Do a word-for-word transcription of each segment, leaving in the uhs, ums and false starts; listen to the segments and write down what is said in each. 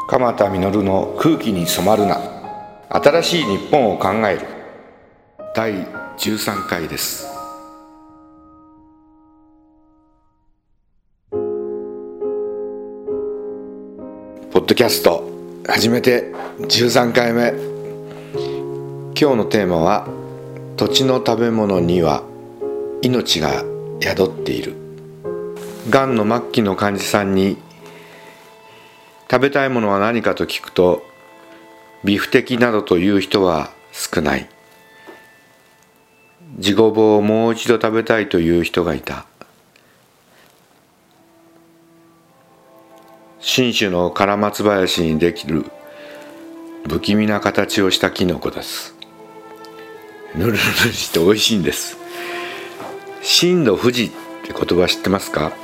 鎌田実の空気に染まるな、新しい日本を考えるだいじゅうさんかいです。ポッドキャスト始めてじゅうさんかいめ。今日のテーマは、土地の食べ物には命が宿っている。がんの末期の患者さんに食べたいものは何かと聞くと、ビフテキなどという人は少ない。地ごぼうをもう一度食べたいという人がいた。信州の唐松林にできる不気味な形をしたキノコです。ぬるぬるして美味しいんです。真の富士って言葉知ってますか？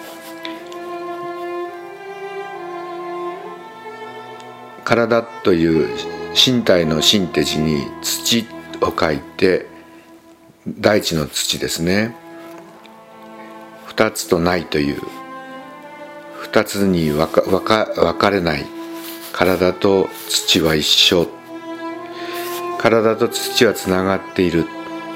体という身体の身って字に土を書いて、大地の土ですね。二つとないという二つに分か、分か、分かれない。体と土は一緒。体と土はつながっている。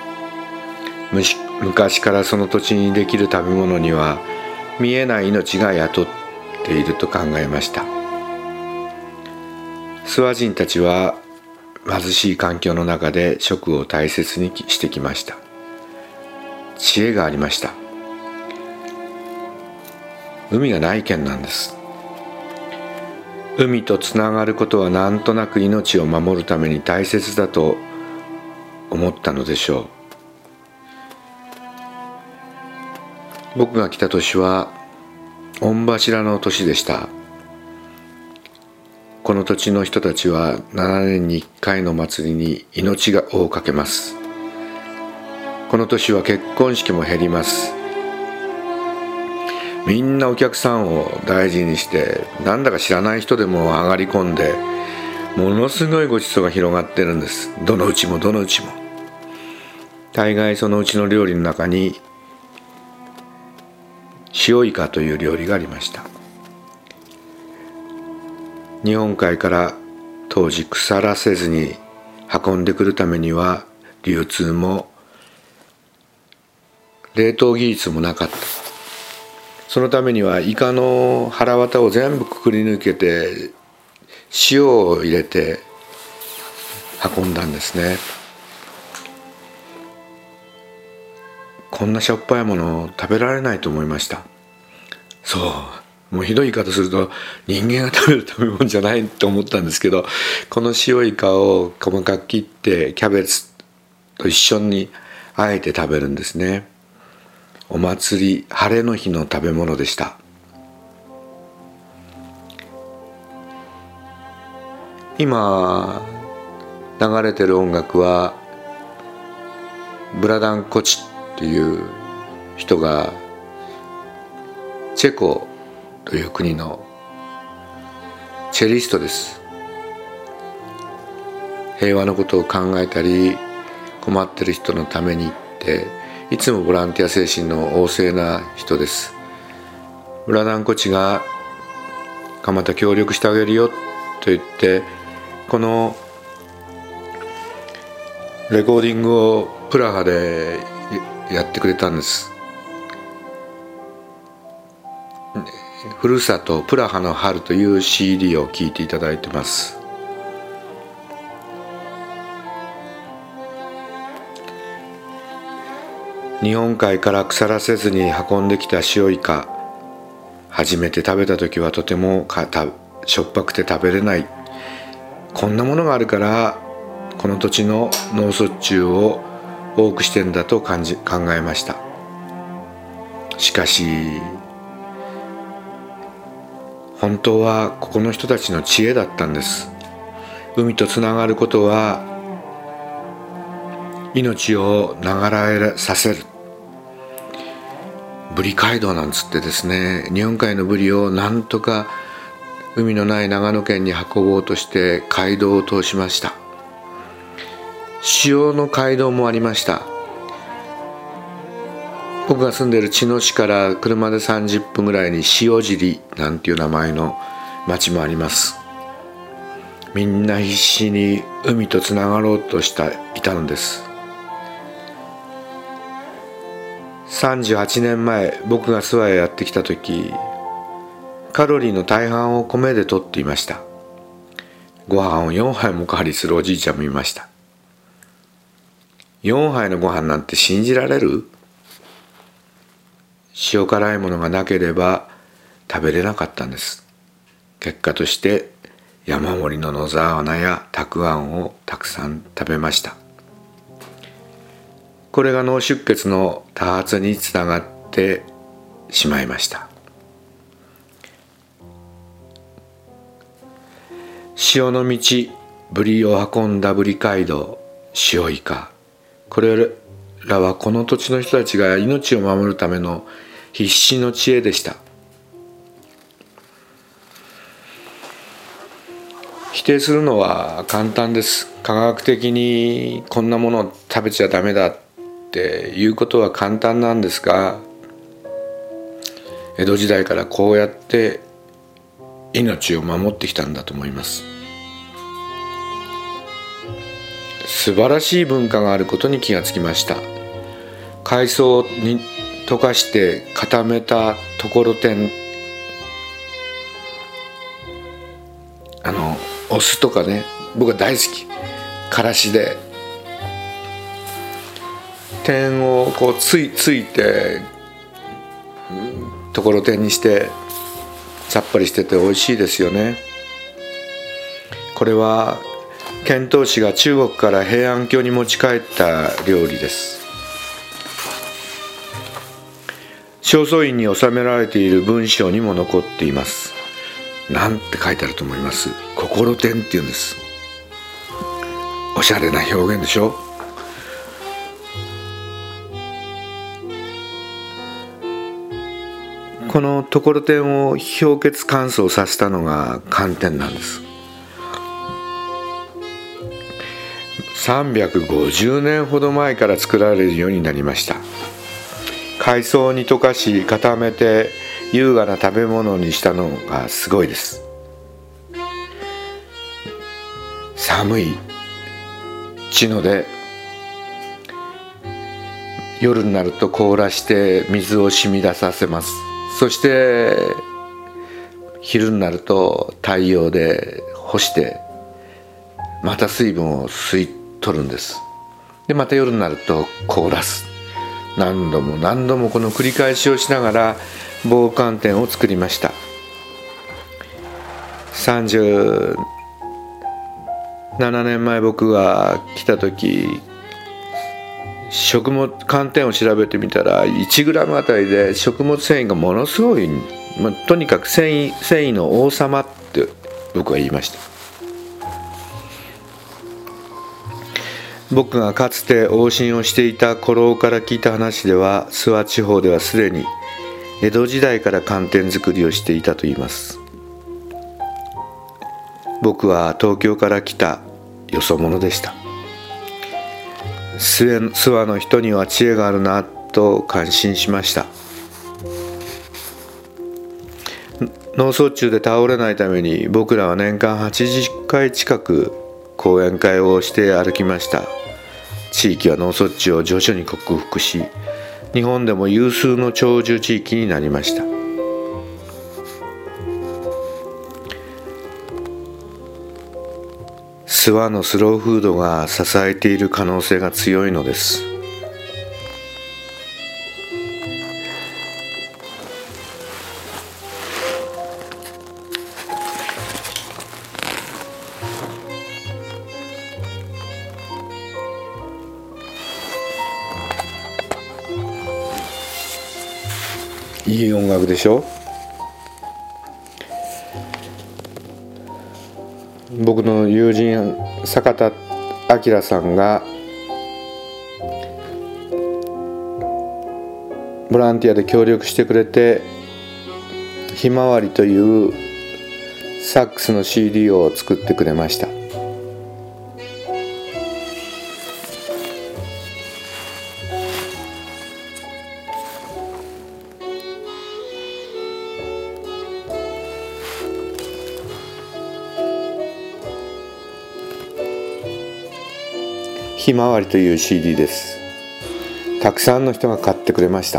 昔からその土地にできる食べ物には見えない命が宿っていると考えました。諏訪人たちは貧しい環境の中で食を大切にしてきました。知恵がありました。海がない県なんです。海とつながることはなんとなく命を守るために大切だと思ったのでしょう。僕が来た年は御柱の年でした。この土地の人たちはななねんにいっかいの祭りに命をかけます。この年は結婚式も減ります。みんなお客さんを大事にして、なんだか知らない人でも上がり込んで、ものすごいごちそうが広がってるんです。どのうちもどのうちも。大概そのうちの料理の中に塩イカという料理がありました。日本海から当時腐らせずに運んでくるためには、流通も冷凍技術もなかった。そのためにはイカの腹綿を全部くくり抜けて塩を入れて運んだんですね。こんなしょっぱいものを食べられないと思いました。そう、もうひどい言い方すると人間が食べる食べ物じゃないと思ったんですけど、この塩イカを細かく切ってキャベツと一緒にあえて食べるんですね。お祭り、晴れの日の食べ物でした。今流れてる音楽はブラダン・コチっていう人が、チェコという国のチェリストです。平和のことを考えたり、困ってる人のためにっていつもボランティア精神の旺盛な人です。ブラダンコチが鎌田協力してあげるよと言って、このレコーディングをプラハでやってくれたんです。ふるさとプラハの春という シーディー を聴いていただいてます。日本海から腐らせずに運んできた塩イカ、初めて食べた時はとてもかたしょっぱくて食べれない。こんなものがあるからこの土地の脳卒中を多くしてんだと感じ考えました。しかし本当はここの人たちの知恵だったんです。海とつながることは命を流らさせる。ブリ街道なんつってですね、日本海のブリをなんとか海のない長野県に運ぼうとして街道を通しました。塩の街道もありました。僕が住んでいる茅野市から車でさんじゅっぷんぐらいに塩尻なんていう名前の町もあります。 みんな必死に海とつながろうとしていたのです。さんじゅうはちねんまえ、僕が諏訪へやってきた時、カロリーの大半を米で摂っていました。ご飯をよんはいもおかわりするおじいちゃんもいました。よんはいのご飯なんて信じられる？塩辛いものがなければ食べれなかったんです。結果として山盛りの野沢菜やたくあんをたくさん食べました。これが脳出血の多発につながってしまいました。潮の道、ブリを運んだブリ街道、潮イカ、これらはこの土地の人たちが命を守るための必死の知恵でした。否定するのは簡単です。科学的にこんなものを食べちゃダメだっていうことは簡単なんですが、江戸時代からこうやって命を守ってきたんだと思います。素晴らしい文化があることに気がつきました。海藻に溶かして固めたところてん、あのお酢とかね、僕は大好き。からしで点をこうついついてところてんにしてさっぱりしてて美味しいですよね。これは遣唐使が中国から平安京に持ち帰った料理です。正倉院に収められている文章にも残っています。なんて書いてあると思います？心天っていうんです。おしゃれな表現でしょ。このところてんを氷結乾燥させたのが寒天なんです。さんびゃくごじゅうねんほど前から作られるようになりました。海藻に溶かし固めて優雅な食べ物にしたのがすごいです。寒い地ので夜になると凍らして水を染み出させます。そして昼になると太陽で干してまた水分を吸い取るんです。でまた夜になると凍らす。何度も何度もこの繰り返しをしながら棒寒天を作りました。さんじゅうななねんまえ僕が来た時、食物寒天を調べてみたら いちグラム あたりで食物繊維がものすごい、まあ、とにかく繊維、繊維の王様って僕は言いました。僕がかつて往診をしていた古老から聞いた話では、諏訪地方ではすでに江戸時代から寒天作りをしていたといいます。僕は東京から来たよそ者でした。諏訪の人には知恵があるなと感心しました。脳卒中で倒れないために僕らは年間はちじゅっかい近く講演会をして歩きました。地域は脳卒中を徐々に克服し、日本でも有数の長寿地域になりました。諏訪のスローフードが支えている可能性が強いのです。いい音楽でしょ。僕の友人坂田明さんがボランティアで協力してくれて、ひまわりというサックスの シーディー を作ってくれました。 ひまわりという シーディー です。たくさんの人が買ってくれました。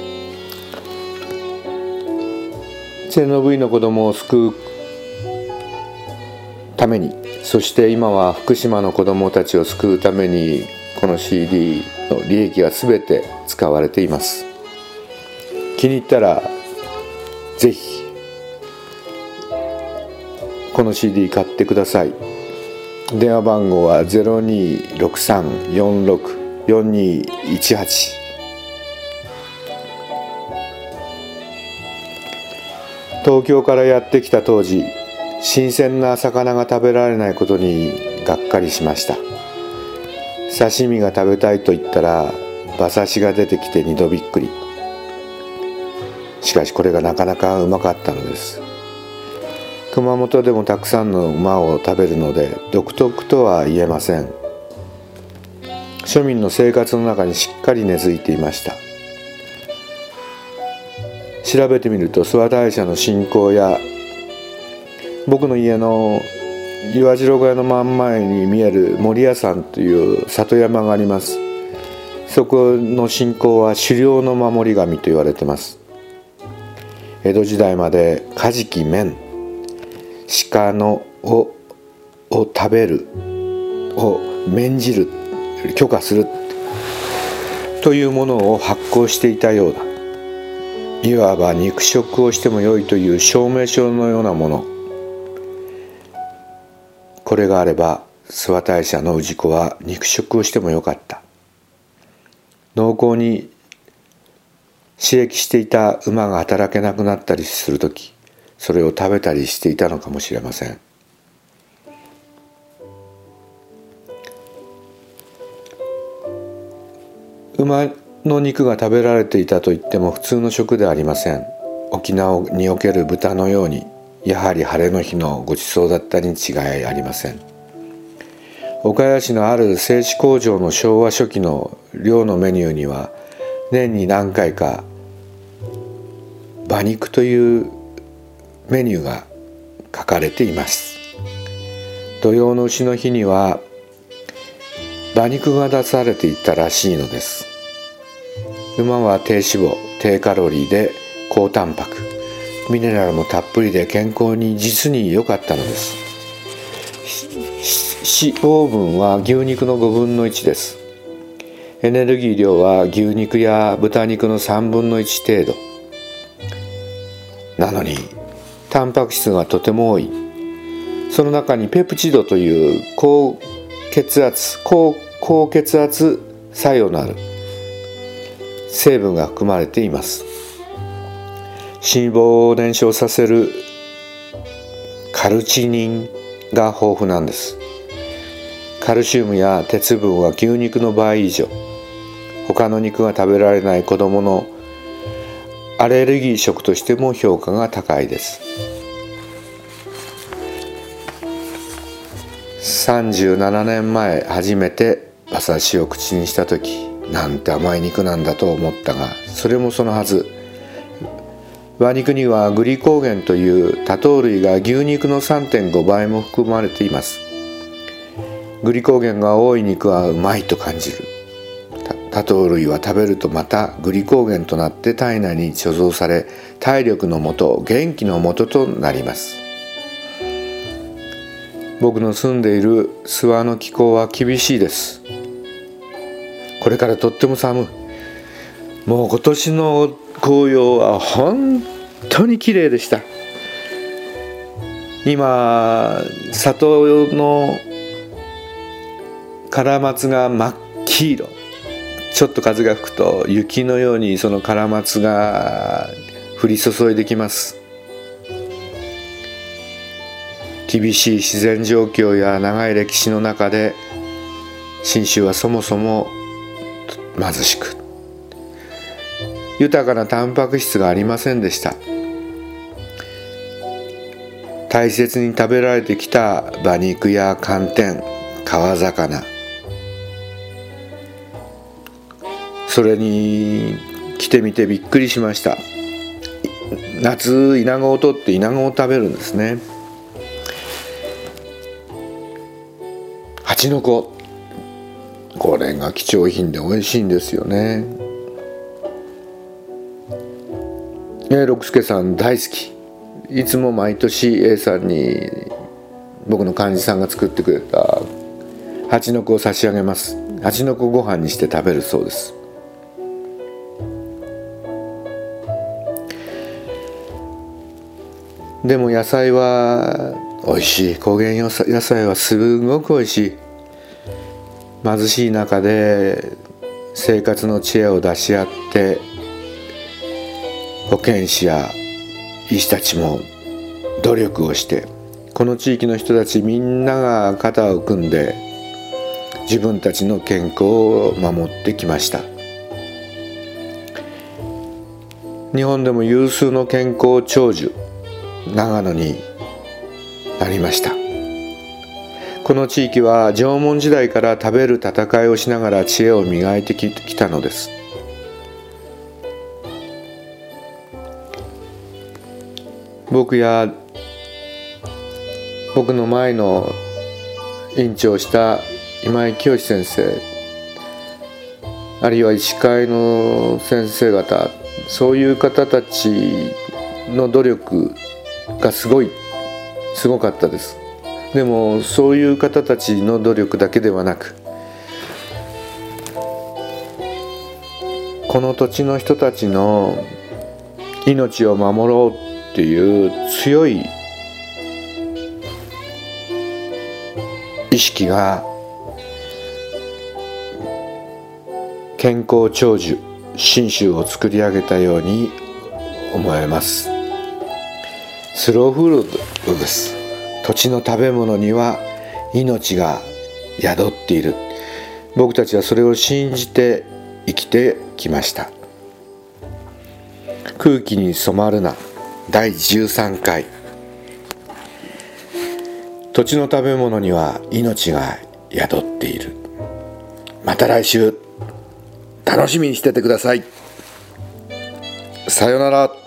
チェルノブイリの子供を救うために、そして今は福島の子供たちを救うために、この シーディー の利益がすべて使われています。気に入ったらぜひこの シーディー 買ってください。電話番号は ゼロにーろくさん よんろく よんにーいちはち。東京からやってきた当時、新鮮な魚が食べられないことにがっかりしました。刺身が食べたいと言ったら馬刺しが出てきて二度びっくり。しかしこれがなかなかうまかったのです。熊本でもたくさんの馬を食べるので独特とは言えません。庶民の生活の中にしっかり根付いていました。調べてみると諏訪大社の信仰や、僕の家の岩城小屋の真ん前に見える守屋山という里山があります。そこの信仰は狩猟の守り神と言われています。江戸時代までカジキメン、鹿のをを食べるを免じる、許可するというものを発行していたようだ。いわば肉食をしてもよいという証明書のようなもの。これがあれば諏訪大社の氏子は肉食をしてもよかった。農耕に刺激していた馬が働けなくなったりするとき、それを食べたりしていたのかもしれません。馬の肉が食べられていたといっても普通の食ではありません。沖縄における豚のように、やはり晴れの日のごちそうだったに違いありません。岡谷市のある製紙工場の昭和初期の寮のメニューには、年に何回か馬肉というメニューが書かれています。土用の丑の日には馬肉が出されていたらしいのです。馬は低脂肪、低カロリーで高タンパク、ミネラルもたっぷりで健康に実に良かったのです。脂肪分は牛肉のごぶんのいちです。エネルギー量は牛肉や豚肉のさんぶんのいち程度。なのにタンパク質がとても多い。その中にペプチドという高血圧高高血圧作用のある成分が含まれています。脂肪を燃焼させるカルチニンが豊富なんです。カルシウムや鉄分は牛肉の倍以上。他の肉が食べられない子どものアレルギー食としても評価が高いです。さんじゅうななねんまえ初めて馬刺しを口にしたとき、なんて甘い肉なんだと思ったが、それもそのはず。馬肉にはグリコーゲンという多糖類が牛肉の さんてんご 倍も含まれています。グリコーゲンが多い肉はうまいと感じる。多糖類は食べるとまたグリコーゲンとなって体内に貯蔵され、体力の元、元気の元となります。僕の住んでいる諏訪の気候は厳しいです。これからとっても寒い。もう今年の紅葉は本当に綺麗でした。今里のカラマツが真っ黄色。ちょっと風が吹くと雪のようにそのカラマツが降り注いできます。厳しい自然状況や長い歴史の中で、信州はそもそも貧しく、豊かなタンパク質がありませんでした。大切に食べられてきた馬肉や寒天、川魚、それに来てみてびっくりしました。夏、イナゴを取ってイナゴを食べるんですね。ハチノコ、 これが貴重品で美味しいんですよね。え六輔さん大好き。いつも毎年 A さんに僕の幹事さんが作ってくれた蜂の子を差し上げます。蜂の子ご飯にして食べるそうです。でも野菜は美味しい。高原野菜はすごく美味しい。貧しい中で生活の知恵を出し合って保健師や医師たちも努力をして、この地域の人たちみんなが肩を組んで自分たちの健康を守ってきました。日本でも有数の健康長寿、長野になりました。この地域は縄文時代から食べる戦いをしながら知恵を磨いてきたのです。僕や僕の前の院長をした今井清先生、あるいは医師会の先生方、そういう方たちの努力がすごいすごかったです。でもそういう方たちの努力だけではなく、この土地の人たちの命を守ろうっていう強い意識が健康長寿信州を作り上げたように思えます。スローフードです。土地の食べ物には命が宿っている。僕たちはそれを信じて生きてきました。空気に染まるなだいじゅうさんかい。土地の食べ物には命が宿っている。また来週楽しみにしててください。さよなら。